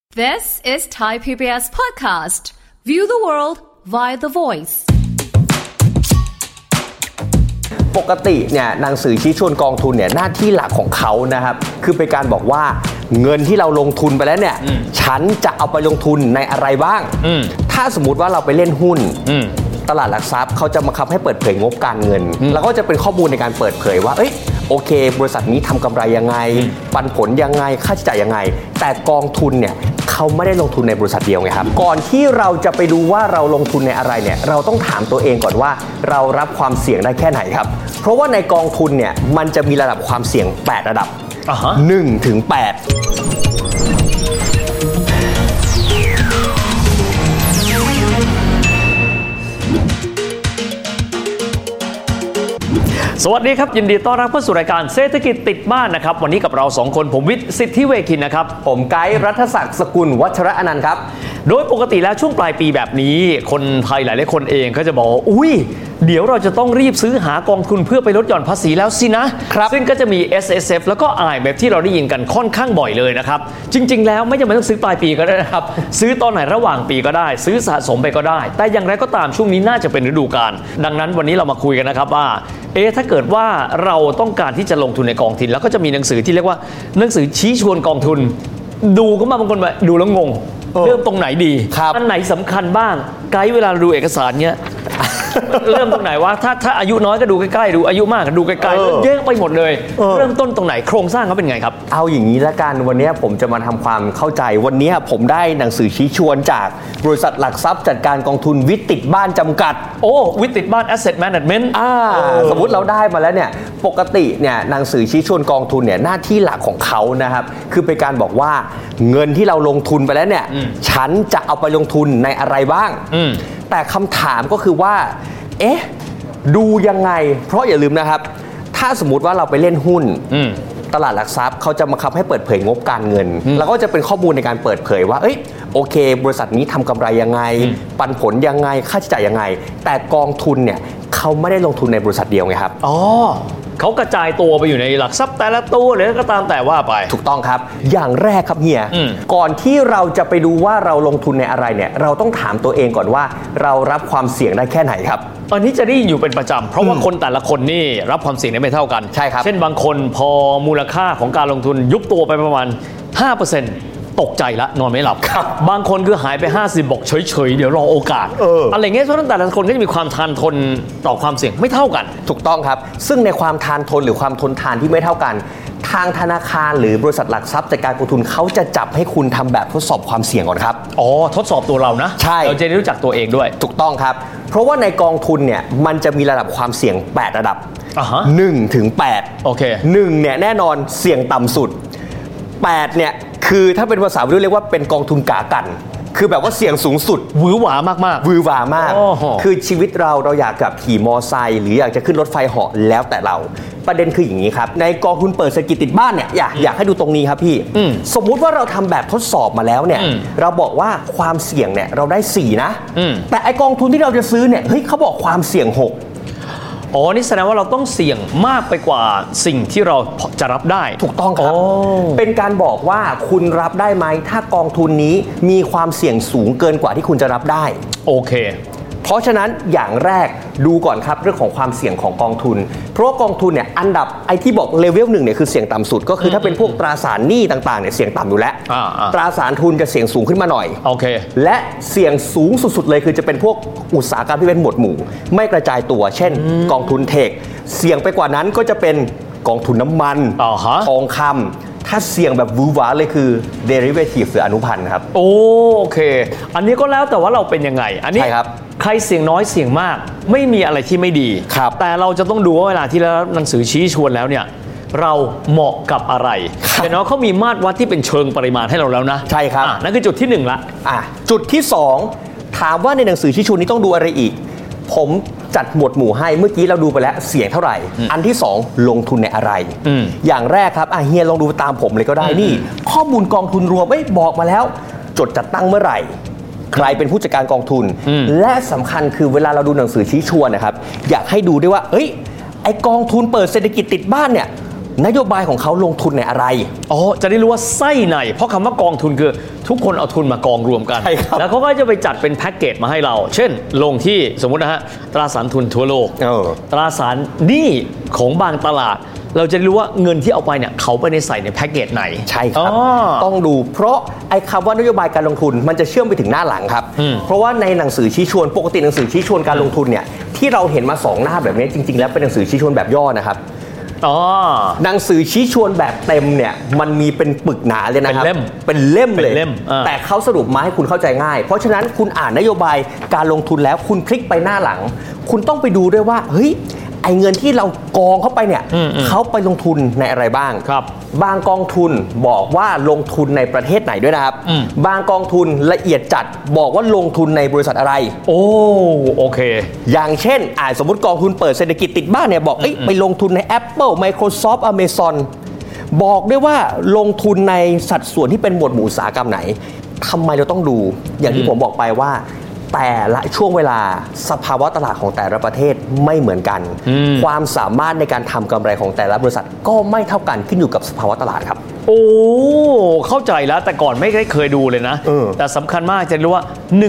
This is Thai PBS podcast. View the world via the voice. ปกติเนี่ยหนังสือชี้ชวนกองทุนเนี่ยหน้าที่หลักของเขานะครับคือเป็นการบอกว่าเงินที่เราลงทุนไปแล้วเนี่ยฉันจะเอาไปลงทุนในอะไรบ้างถ้าสมมุติว่าเราไปเล่นหุ้นตลาดหลักทรัพย์เขาจะบังคับให้เปิดเผยงบการเงินแล้วก็จะเป็นข้อมูลในการเปิดเผยว่าโอเคบริษัทนี้ทำกำไรยังไงปันผลยังไงค่าใช้จ่ายยังไงแต่กองทุนเนี่ยเขาไม่ได้ลงทุนในบริษัทเดียวไงครับก่อนที่เราจะไปดูว่าเราลงทุนในอะไรเนี่ยเราต้องถามตัวเองก่อนว่าเรารับความเสี่ยงได้แค่ไหนครับเพราะว่าในกองทุนเนี่ยมันจะมีระดับความเสี่ยง8ระดับ1 ถึง 8 สวัสดีครับยินดีต้อนรับเข้าสู่รายการเศรษฐกิจติดบ้านนะครับวันนี้กับเรา2คนผมวิทย์สิทธิเวคินนะครับผมไกด์รัฐศักดิ์สกุลวัชระอนันต์ครับโดยปกติแล้วช่วงปลายปีแบบนี้คนไทยหลายๆคนเองก็จะบอกว่าเดี๋ยวเราจะต้องรีบซื้อหากองทุนเพื่อไปลดหย่อนภาษีแล้วสินะซึ่งก็จะมี SSF แล้วก็ IMF ที่เราได้ยินกันค่อนข้างบ่อยเลยนะครับจริงๆแล้วไม่จำเป็นต้องซื้อปลายปีก็ได้นะครับซื้อตอนไหนระหว่างปีก็ได้ซื้อสะสมไปก็ได้แต่อย่างไรก็ตามช่วงนี้น่าจะเป็นฤดูกาลดังนั้นวันนี้เรามาคุยกันนะครับว่าถ้าเกิดว่าเราต้องการที่จะลงทุนในกองทุนแล้วก็จะมีหนังสือที่เรียกว่าหนังสือชี้ชวนกองทุนดูก็มาบางคนแบบดูแล้วงงเริ่มตรงไหนดีอันไหนสำคัญบ้างไกด์เวลาดูเอกสารเนี้ย เริ่มตรงไหนวะถ้าอายุน้อยก็ดูใกล้ๆดูอายุมากก็ดูไกลๆเยอะไปหมดเลยเริ่มต้นตรงไหนโครงสร้างเขาเป็นไงครับเอาอย่างนี้ละกันวันนี้ผมจะมาทำความเข้าใจวันนี้ผมได้หนังสือชี้ชวนจากบริษัทหลักทรัพย์จัดการกองทุนวิทย์ติดบ้านจำกัดวิทย์ติดบ้าน Asset Management สมมุติเราได้มาแล้วเนี่ยปกติเนี่ยหนังสือชี้ชวนกองทุนเนี่ยหน้าที่หลักของเขานะครับคือเป็นการบอกว่าเงินที่เราลงทุนไปแล้วเนี่ยฉันจะเอาไปลงทุนในอะไรบ้างแต่คำถามก็คือว่าดูยังไงเพราะอย่าลืมนะครับถ้าสมมุติว่าเราไปเล่นหุ้นตลาดหลักทรัพย์เขาจะบังคับให้เปิดเผยงบการเงินแล้วก็จะเป็นข้อมูลในการเปิดเผยว่าโอเคบริษัทนี้ทำกำไรยังไงปันผลยังไงค่าใช้จ่ายยังไงแต่กองทุนเนี่ยเขาไม่ได้ลงทุนในบริษัทเดียวไงครับเขากระจายตัวไปอยู่ในหลักทรัพย์แต่ละตัวหรือก็ตามแต่ว่าไปถูกต้องครับอย่างแรกครับเฮียก่อนที่เราจะไปดูว่าเราลงทุนในอะไรเนี่ยเราต้องถามตัวเองก่อนว่าเรารับความเสี่ยงได้แค่ไหนครับอันนี้จะได้อยู่เป็นประจำเพราะว่าคนแต่ละคนนี่รับความเสี่ยงได้ไม่เท่ากันใช่ครับเช่นบางคนพอมูลค่าของการลงทุนยุบตัวไปประมาณ 5%ตกใจละนอนไม่หลับบางคนคือหายไป50บอกเฉยๆเดี๋ยวรอโอกาสอะไรเงี้ยเพราะฉะนั้นแต่ละคนก็จะมีความทานทนต่อความเสี่ยงไม่เท่ากันถูกต้องครับซึ่งในความทานทนหรือความทนทานที่ไม่เท่ากันทางธนาคารหรือบริษัทหลักทรัพย์จัดการกองทุนเขาจะจับให้คุณทำแบบทดสอบความเสี่ยงก่อนครับทดสอบตัวเรานะใช่เราจะได้รู้จักตัวเองด้วยถูกต้องครับเพราะว่าในกองทุนเนี่ยมันจะมีระดับความเสี่ยง8ระดับ1 ถึง 8 โอเค 1เนี่ยแน่นอนเสี่ยงต่ำสุด8เนี่ยคือถ้าเป็นภาษาวัยรุ่นเรียกว่าเป็นกองทุนกากันคือแบบว่าเสี่ยงสูงสุดหวือหวามากๆหวือหวามากคือชีวิตเราอยากกับขี่มอไซค์หรืออยากจะขึ้นรถไฟเหาะแล้วแต่เราประเด็นคืออย่างนี้ครับในกองทุนเปิดเศรษฐกิจติดบ้านเนี่ยอยากให้ดูตรงนี้ครับพี่สมมุติว่าเราทำแบบทดสอบมาแล้วเนี่ยเราบอกว่าความเสี่ยงเนี่ยเราได้4นะแต่ไอกองทุนที่เราจะซื้อเนี่ยเขาบอกความเสี่ยง6 นี่แสดงว่าเราต้องเสี่ยงมากไปกว่าสิ่งที่เราจะรับได้ถูกต้องครับเป็นการบอกว่าคุณรับได้ไหมถ้ากองทุนนี้มีความเสี่ยงสูงเกินกว่าที่คุณจะรับได้โอเคเพราะฉะนั้นอย่างแรกดูก่อนครับเรื่องของความเสี่ยงของกองทุนเพราะกองทุนเนี่ยอันดับที่บอกเลเวล1เนี่ยคือเสี่ยงต่ำสุดก็คือถ้าเป็นพวกตราสารหนี้ต่างๆเนี่ยเสี่ยงต่ำอยู่แล้วตราสารทุนจะเสี่ยงสูงขึ้นมาหน่อยโอเคและเสี่ยงสูงสุดๆเลยคือจะเป็นพวกอุตสาหกรรมที่เป็นหมวดหมู่ไม่กระจายตัวเช่นกองทุนเทคเสี่ยงไปกว่านั้นก็จะเป็นกองทุนน้ำมันทองคำถ้าเสี่ยงแบบวือหวาเลยคือ derivative หรืออนุพันธ์ครับโอเคอันนี้ก็แล้วแต่ว่าเราเป็นยังไงอันนี้ใครเสี่ยงน้อยเสี่ยงมากไม่มีอะไรที่ไม่ดีแต่เราจะต้องดูว่าเวลาที่หนังสือชี้ชวนแล้วเนี่ยเราเหมาะกับอะไรแต่เนาะเขามีมาตรวัดที่เป็นเชิงปริมาณให้เราแล้วนะใช่ครับนั่นคือจุดที่1ละจุดที่2ถามว่าในหนังสือชี้ชวนนี้ต้องดูอะไรอีกผมจัดหมวดหมู่ให้เมื่อกี้เราดูไปแล้วเสี่ยงเท่าไหร่อันที่2ลงทุนในอะไรอย่างแรกครับเฮียลองดูตามผมเลยก็ได้นี่ข้อมูลกองทุนรวมบอกมาแล้วจดจัดตั้งเมื่อไหร่ใครเป็นผู้จัดการกองทุนและสำคัญคือเวลาเราดูหนังสือชี้ชวนนะครับอยากให้ดูด้วยว่าไอกองทุนเปิดเศรษฐกิจติดบ้านเนี่ยนโยบายของเขาลงทุนในอะไรจะได้รู้ว่าไส้ในเพราะคำว่ากองทุนคือทุกคนเอาทุนมากองรวมกันแล้วเขาก็จะไปจัดเป็นแพ็กเกจมาให้เราเช่นลงที่สมมุตินะฮะตราสารทุนทั่วโลกตราสารหนี้ของบางตลาดเราจะรู้ว่าเงินที่เอาไปเนี่ยเขาไปในใส่ในแพ็กเกจไหนใช่ครับต้องดูเพราะไอ้คำว่านโยบายการลงทุนมันจะเชื่อมไปถึงหน้าหลังครับเพราะว่าในหนังสือชี้ชวนปกติหนังสือชี้ชวนการลงทุนเนี่ยที่เราเห็นมา2หน้าแบบนี้จริงๆแล้วเป็นหนังสือชี้ชวนแบบย่อนะครับหนังสือชี้ชวนแบบเต็มเนี่ยมันมีเป็นปึกหนาเลยนะครับเป็นเล่มเลยแต่เขาสรุปมาให้คุณเข้าใจง่ายเพราะฉะนั้นคุณอ่านนโยบายการลงทุนแล้วคุณพลิกไปหน้าหลังคุณต้องไปดูด้วยว่าเฮ้ยไอ้เงินที่เรากองเข้าไปเนี่ยเขาไปลงทุนในอะไรบ้างครับบางกองทุนบอกว่าลงทุนในประเทศไหนด้วยนะครับบางกองทุนละเอียดจัดบอกว่าลงทุนในบริษัทอะไรโอเคอย่างเช่นสมมติกองทุนเปิดเศรษฐกิจติดบ้านเนี่ยบอกไปลงทุนใน Apple Microsoft Amazon บอกด้วยว่าลงทุนในสัดส่วนที่เป็นหมวดหมู่อุตสาหกรรมไหนทำไมเราต้องดูอย่างที่ผมบอกไปว่าแต่ละช่วงเวลาสภาวะตลาดของแต่ละประเทศไม่เหมือนกันความสามารถในการทำกำไรของแต่ละบริษัทก็ไม่เท่ากันขึ้นอยู่กับสภาวะตลาดครับเข้าใจแล้วแต่ก่อนไม่ได้เคยดูเลยนะแต่สำคัญมากจะรู้ว่า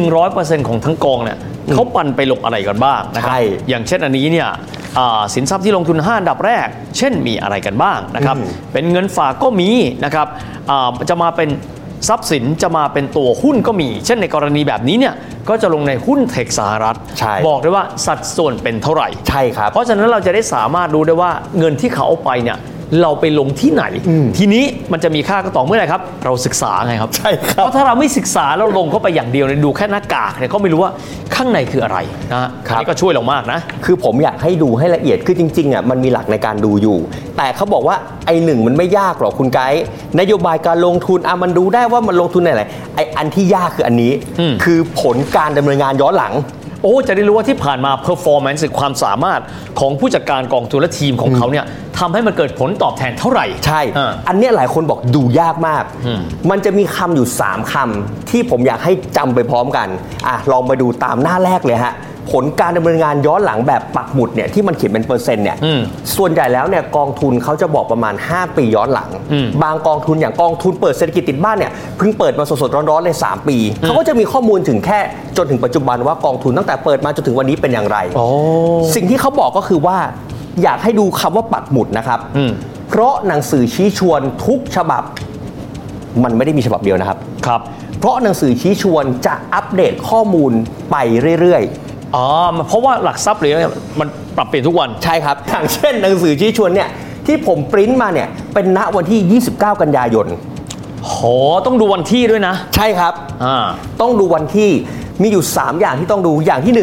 100% ของทั้งกองเนี่ยเขาปันไปลงอะไรกันบ้างนะครับอย่างเช่นอันนี้เนี่ยสินทรัพย์ที่ลงทุน5อันดับแรกเช่นมีอะไรกันบ้างนะครับเป็นเงินฝากก็มีนะครับจะมาเป็นทรัพย์สินจะมาเป็นตัวหุ้นก็มีเช่นในกรณีแบบนี้เนี่ยก็จะลงในหุ้นเทคสหรัฐบอกได้ว่าสัดส่วนเป็นเท่าไหร่ใช่ครับเพราะฉะนั้นเราจะได้สามารถรู้ได้ว่าเงินที่เขาเอาไปเนี่ยเราไปลงที่ไหนทีนี้มันจะมีค่าก็ต่อเมื่อไหร่ครับเราศึกษาไงครับใช่ครับเพราะถ้าเราไม่ศึกษาแล้วลงเข้าไปอย่างเดียวเนี่ยดูแค่หน้ากากเนี่ยก็ไม่รู้ว่าข้างในคืออะไรนะนี่ก็ช่วยเรามากนะคือผมอยากให้ดูให้ละเอียดคือจริงๆมันมีหลักในการดูอยู่แต่เขาบอกว่าไอ้หนึ่งมันไม่ยากหรอกคุณไกด์นโยบายการลงทุนมันดูได้ว่ามันลงทุนในอะไรไอ้อันที่ยากคืออันนี้คือผลการดำเนินงานย้อนหลังจะได้รู้ว่าที่ผ่านมา performance ความสามารถของผู้จัดการกองทุนและทีมของเขาเนี่ยทำให้มันเกิดผลตอบแทนเท่าไหร่ใช่อันนี้หลายคนบอกดูยากมากมันจะมีคำอยู่3คำที่ผมอยากให้จำไปพร้อมกันลองมาดูตามหน้าแรกเลยฮะผลการดำเนินงานย้อนหลังแบบปักหมุดเนี่ยที่มันเขียนเป็นเปอร์เซ็นต์เนี่ยส่วนใหญ่แล้วเนี่ยกองทุนเขาจะบอกประมาณ5ปีย้อนหลังบางกองทุนอย่างกองทุนเปิดเศรษฐกิจติดบ้านเนี่ยเพิ่งเปิดมาสดๆร้อนๆเลย3ปีเขาก็จะมีข้อมูลถึงแค่จนถึงปัจจุบันว่ากองทุนตั้งแต่เปิดมาจนถึงวันนี้เป็นอย่างไรสิ่งที่เขาบอกก็คือว่าอยากให้ดูคำว่าปักหมุดนะครับเพราะหนังสือชี้ชวนทุกฉบับมันไม่ได้มีฉบับเดียวนะครับเพราะหนังสือชี้ชวนจะอัปเดตข้อมูลไปเรื่อยๆเพราะว่าหลักทรัพย์เลยมันปรับเปลี่ยนทุกวันใช่ครับอย่างเช่นหนังสือชี้ชวนเนี่ยที่ผมปริ้นมาเนี่ยเป็นณวันที่29กันยายนต้องดูวันที่ด้วยนะใช่ครับต้องดูวันที่มีอยู่3อย่างที่ต้องดูอย่างที่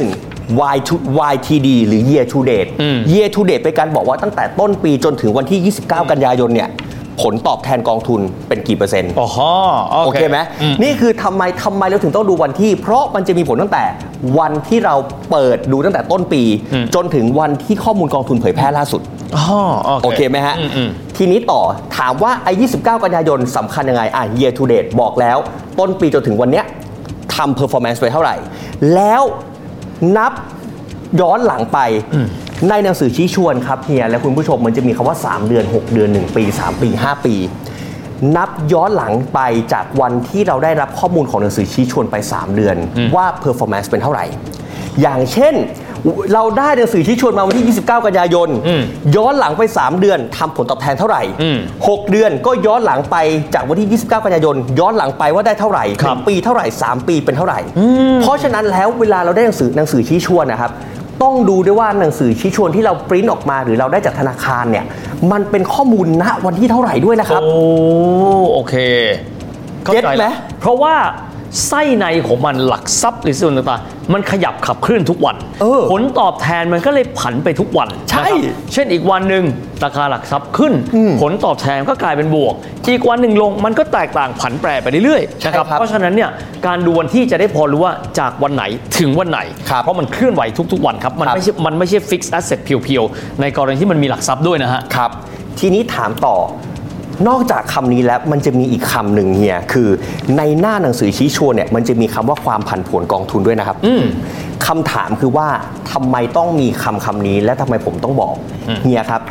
1 YTD หรือ Year to Date Year to Date เป็นการบอกว่าตั้งแต่ต้นปีจนถึงวันที่29กันยายนเนี่ยผลตอบแทนกองทุนเป็นกี่เปอร์เซ็นต์โอเคไหมนี่คือทำไมเราถึงต้องดูวันที่เพราะมันจะมีผลตั้งแต่วันที่เราเปิดดูตั้งแต่ต้นปีจนถึงวันที่ข้อมูลกองทุนเผยแพร่ล่าสุดโอเคไหมฮะทีนี้ต่อถามว่าไอ้29กันยายนสำคัญยังไงyear to date บอกแล้วต้นปีจนถึงวันเนี้ยทำ performance ไปเท่าไหร่แล้วนับย้อนหลังไปในหนังสือชี้ชวนครับเฮียและคุณผู้ชมมันจะมีคำว่า3เดือน6เดือน1ปี3ปี5ปีนับย้อนหลังไปจากวันที่เราได้รับข้อมูลของหนังสือชี้ชวนไป3เดือนว่า performance เป็นเท่าไหร่อย่างเช่นเราได้หนังสือชี้ชวนมาวันที่29กันยายนย้อนหลังไป3เดือนทำผลตอบแทนเท่าไหร่6เดือนก็ย้อนหลังไปจากวันที่29กันยายนย้อนหลังไปว่าได้เท่าไหร่1ปีเท่าไหร่3ปีเป็นเท่าไหร่เพราะฉะนั้นแล้วเวลาเราได้หนังสือชี้ชวนนะครับต้องดูด้วยว่าหนังสือชี้ชวนที่เราปริ้นออกมาหรือเราได้จากธนาคารเนี่ยมันเป็นข้อมูลณวันที่เท่าไหร่ด้วยนะครับโอเคเก็ตไหมเพราะว่าไส้ในของมันหลักทรัพย์หรือส่วนต่างๆมันขยับขับเคลื่อนทุกวันผลตอบแทนมันก็เลยผันไปทุกวันใช่เช่นอีกวันหนึ่งราคาหลักทรัพย์ขึ้นผลตอบแทนก็กลายเป็นบวกอีกวันหนึ่งลงมันก็แตกต่างผันแปรไปเรื่อยๆนะครับเพราะฉะนั้นเนี่ยการดูวันที่จะได้พอรู้ว่าจากวันไหนถึงวันไหนเพราะมันเคลื่อนไหวทุกๆวันครับมันไม่ใช่ fixed asset เพียวๆในกรณีที่มันมีหลักทรัพย์ด้วยนะฮะครับทีนี้ถามต่อนอกจากคำนี้แล้วมันจะมีอีกคำหนึ่งเฮียคือในหน้าหนังสือชี้ชวนเนี่ยมันจะมีคำว่าความผันผวนกองทุนด้วยนะครับคำถามคือว่าทำไมต้องมีคำนี้และทำไมผมต้องบอกเฮียครับ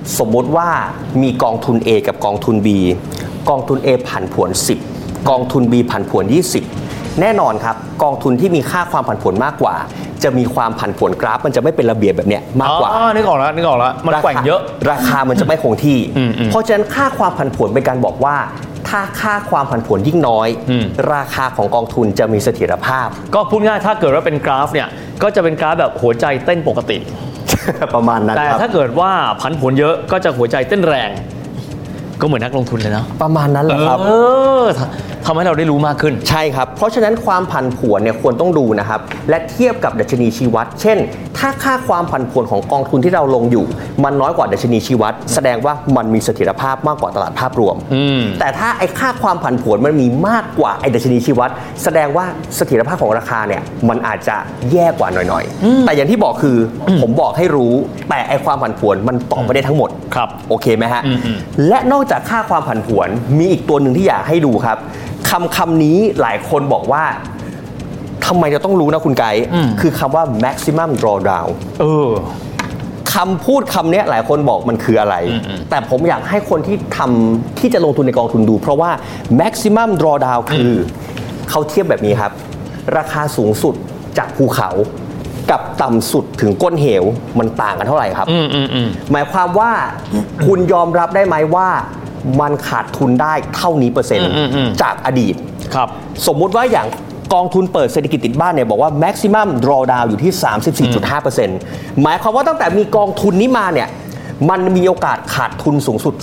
สมมติว่ามีกองทุน A กับกองทุน B กองทุน A ผันผวน10กองทุน B ผันผวน20แน่นอนครับกองทุนที่มีค่าความผันผวนมากกว่าจะมีความผันผวนกราฟมันจะไม่เป็นระเบียบแบบเนี้ยมากกว่านึกออกแล้วมันแกว่งเยอะราคามันจะไม่คงที่เพราะฉะนั้นค่าความผันผวนเป็นการบอกว่าถ้าค่าความผันผวนยิ่งน้อยราคาของกองทุนจะมีเสถียรภาพก็พูดง่ายถ้าเกิดว่าเป็นกราฟเนี่ยก็จะเป็นกราฟแบบหัวใจเต้นปกติประมาณนั้นแต่ถ้าเกิดว่าผันผวนเยอะก็จะหัวใจเต้นแรงก็เหมือนนักลงทุนเลยนะประมาณนั้นแหละครับทำให้เราได้รู้มากขึ้นใช่ครับเพราะฉะนั้นความผันผวนเนี่ยควรต้องดูนะครับและเทียบกับดัชนีชี้วัดเช่นถ้าค่าความผันผวนของกองทุนที่เราลงอยู่มันน้อยกว่าดัชนีชี้วัดแสดงว่ามันมีเสถียรภาพมากกว่าตลาดภาพรวมแต่ถ้าไอ้ค่าความผันผวนมันมีมากกว่าไอ้ดัชนีชี้วัดแสดงว่าเสถียรภาพของราคาเนี่ยมันอาจจะแย่กว่าหน่อยๆแต่อย่างที่บอกคือผมบอกให้รู้แต่ไอ้ความผันผวนมันตอบไม่ได้ทั้งหมดครับโอเคไหมฮะและนอกจากค่าความผันผวนมีอีกตัวหนึ่งที่อยากให้ดูครับคำนี้หลายคนบอกว่าทำไมจะต้องรู้นะคุณไกด์คือคำว่า maximum drawdown คำพูดคำนี้หลายคนบอกมันคืออะไรแต่ผมอยากให้คนที่จะลงทุนในกองทุนดูเพราะว่า maximum drawdown คือเขาเทียบแบบนี้ครับราคาสูงสุดจากภูเขากับต่ำสุดถึงก้นเหวมันต่างกันเท่าไหร่ครับหมายความว่าคุณยอมรับได้ไหมว่ามันขาดทุนได้เท่านี้เปอร์เซ็นต์จากอดีตครับสมมุติว่าอย่างกองทุนเปิดเศรษฐกิจติดบ้านเนี่ยบอกว่า maximum drawdown อยู่ที่ 34.5% หมายความว่าตั้งแต่มีกองทุนนี้มาเนี่ยมันมีโอกาสขาดทุนสูงสุด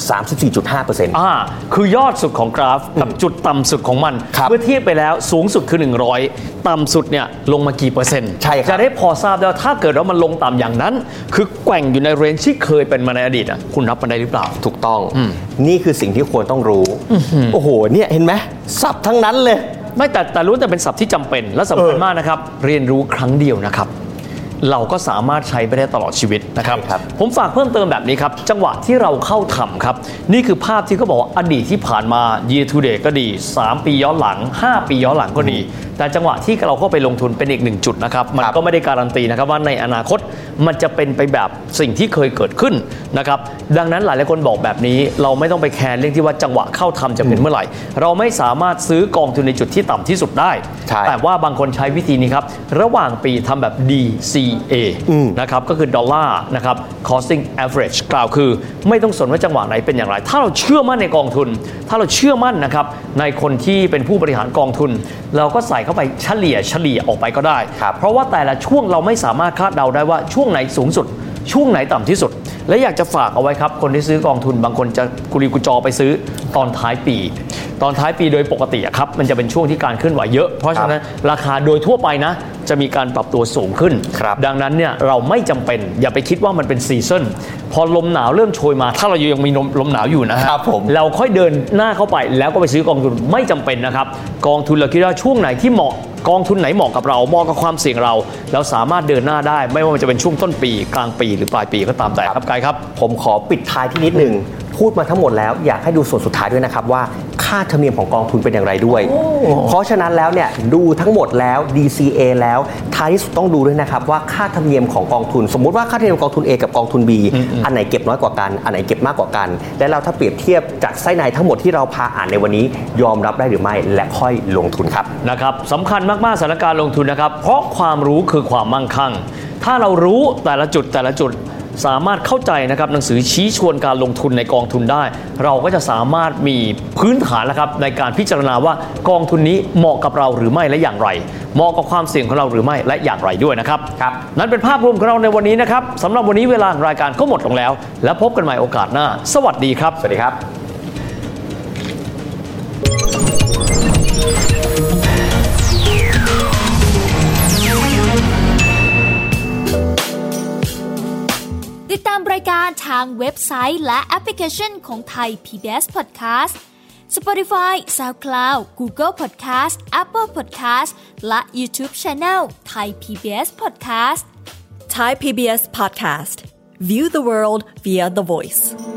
34.5% คือยอดสุดของกราฟกับจุดต่ำสุดของมันเมื่อเทียบไปแล้วสูงสุดคือ100ต่ำสุดเนี่ยลงมากี่เปอร์เซ็นต์ใช่ครับจะได้พอทราบแล้วถ้าเกิดว่ามันลงต่ำอย่างนั้นคือแกว่งอยู่ในเรนจ์ที่เคยเป็นมาในอดีตคุณรับมันได้หรือเปล่าถูกต้องนี่คือสิ่งที่ควรต้องรู้โอ้โหเนี่ยเห็นไหมศัพท์ทั้งนั้นเลยไม่แต่รู้แต่เป็นศัพท์ที่จำเป็นและสำคัญมากนะครับเรียนรู้ครั้งเดียวนะครับเราก็สามารถใช้ไปได้ตลอดชีวิตนะครับผมฝากเพิ่มเติมแบบนี้ครับจังหวะที่เราเข้าทำครับนี่คือภาพที่เขาบอกว่าอดีตที่ผ่านมา year to date ก็ดี3ปีย้อนหลัง5ปีย้อนหลังก็ดีแต่จังหวะที่เราเข้าไปลงทุนเป็นอีก1จุดนะครับมันก็ไม่ได้การันตีนะครับว่าในอนาคตมันจะเป็นไปแบบสิ่งที่เคยเกิดขึ้นนะครับดังนั้นหลายคนบอกแบบนี้เราไม่ต้องไปแคร์เรื่องที่ว่าจังหวะเข้าทำจะเป็นเมื่อไหร่เราไม่สามารถซื้อกองทุนในจุดที่ต่ำที่สุดได้แต่ว่าบางคนใช้วิธีนี้ครับระหว่างปีทำแบบ DCA นะครับก็คือดอลลาร์นะครับ costing average กล่าวคือไม่ต้องสนว่าจังหวะไหนเป็นอย่างไรถ้าเราเชื่อมั่นในกองทุนถ้าเราเชื่อมั่นนะครับในคนที่เป็นผู้บริหารกองทุนเราก็ใส่เข้าไปเฉลี่ยออกไปก็ได้เพราะว่าแต่ละช่วงเราไม่สามารถคาดเดาได้ว่าช่วงไหนสูงสุดช่วงไหนต่ำที่สุดและอยากจะฝากเอาไว้ครับคนที่ซื้อกองทุนบางคนจะกุลีกุจอไปซื้อตอนท้ายปีโดยปกติครับมันจะเป็นช่วงที่การเคลื่อนไหวเยอะเพราะฉะนั้นราคาโดยทั่วไปนะจะมีการปรับตัวสูงขึ้นดังนั้นเนี่ยเราไม่จำเป็นอย่าไปคิดว่ามันเป็นซีซั่นพอลมหนาวเริ่มโชยมาถ้าเรายังมีลมหนาวอยู่นะครับเราค่อยเดินหน้าเข้าไปแล้วก็ไปซื้อกองทุนไม่จำเป็นนะครับกองทุนเราคิดว่าช่วงไหนที่เหมาะกองทุนไหนเหมาะกับเราเหมาะกับความเสี่ยงเราสามารถเดินหน้าได้ไม่ว่ามันจะเป็นช่วงต้นปีกลางปีหรือปลายปีก็ตามแต่ครับไกด์ครับผมขอปิดท้ายที่นิดนึงพูดมาทั้งหมดแล้วอยากให้ดูส่วนสุดท้ายด้วยนะครับว่าค่าธรรมเนียมของกองทุนเป็นอย่างไรด้วยเพราะฉะนั้นแล้วเนี่ยดูทั้งหมดแล้ว DCA แล้วท้ายที่สุดต้องดูด้วยนะครับว่าค่าธรรมเนียมของกองทุนสมมุติว่าค่าธรรมเนียมกองทุน A กับกองทุน B อันไหนเก็บน้อยกว่ากันอันไหนเก็บมากกว่ากันและเราถ้าเปรียบเทียบจากไส้ในทั้งหมดที่เราพาอ่านในวันนี้ยอมรับได้หรือไม่และค่อยลงทุนครับนะครับสำคัญมากๆสถานการณ์ลงทุนนะครับเพราะความรู้คือความมั่งคั่งถ้าเรารู้แต่ละจุดสามารถเข้าใจนะครับหนังสือชี้ชวนการลงทุนในกองทุนได้เราก็จะสามารถมีพื้นฐานนะครับในการพิจารณาว่ากองทุนนี้เหมาะกับเราหรือไม่และอย่างไรเหมาะกับความเสี่ยงของเราหรือไม่และอย่างไรด้วยนะครับนั่นเป็นภาพรวมของเราในวันนี้นะครับสำหรับวันนี้เวลารายการก็หมดลงแล้วและพบกันใหม่โอกาสหน้าสวัสดีครับสวัสดีครับติดตามรายการทางเว็บไซต์และแอปพลิเคชันของไทย PBS Podcast Spotify SoundCloud Google Podcast Apple Podcast และ YouTube Channel Thai PBS Podcast Thai PBS Podcast View the world via the voice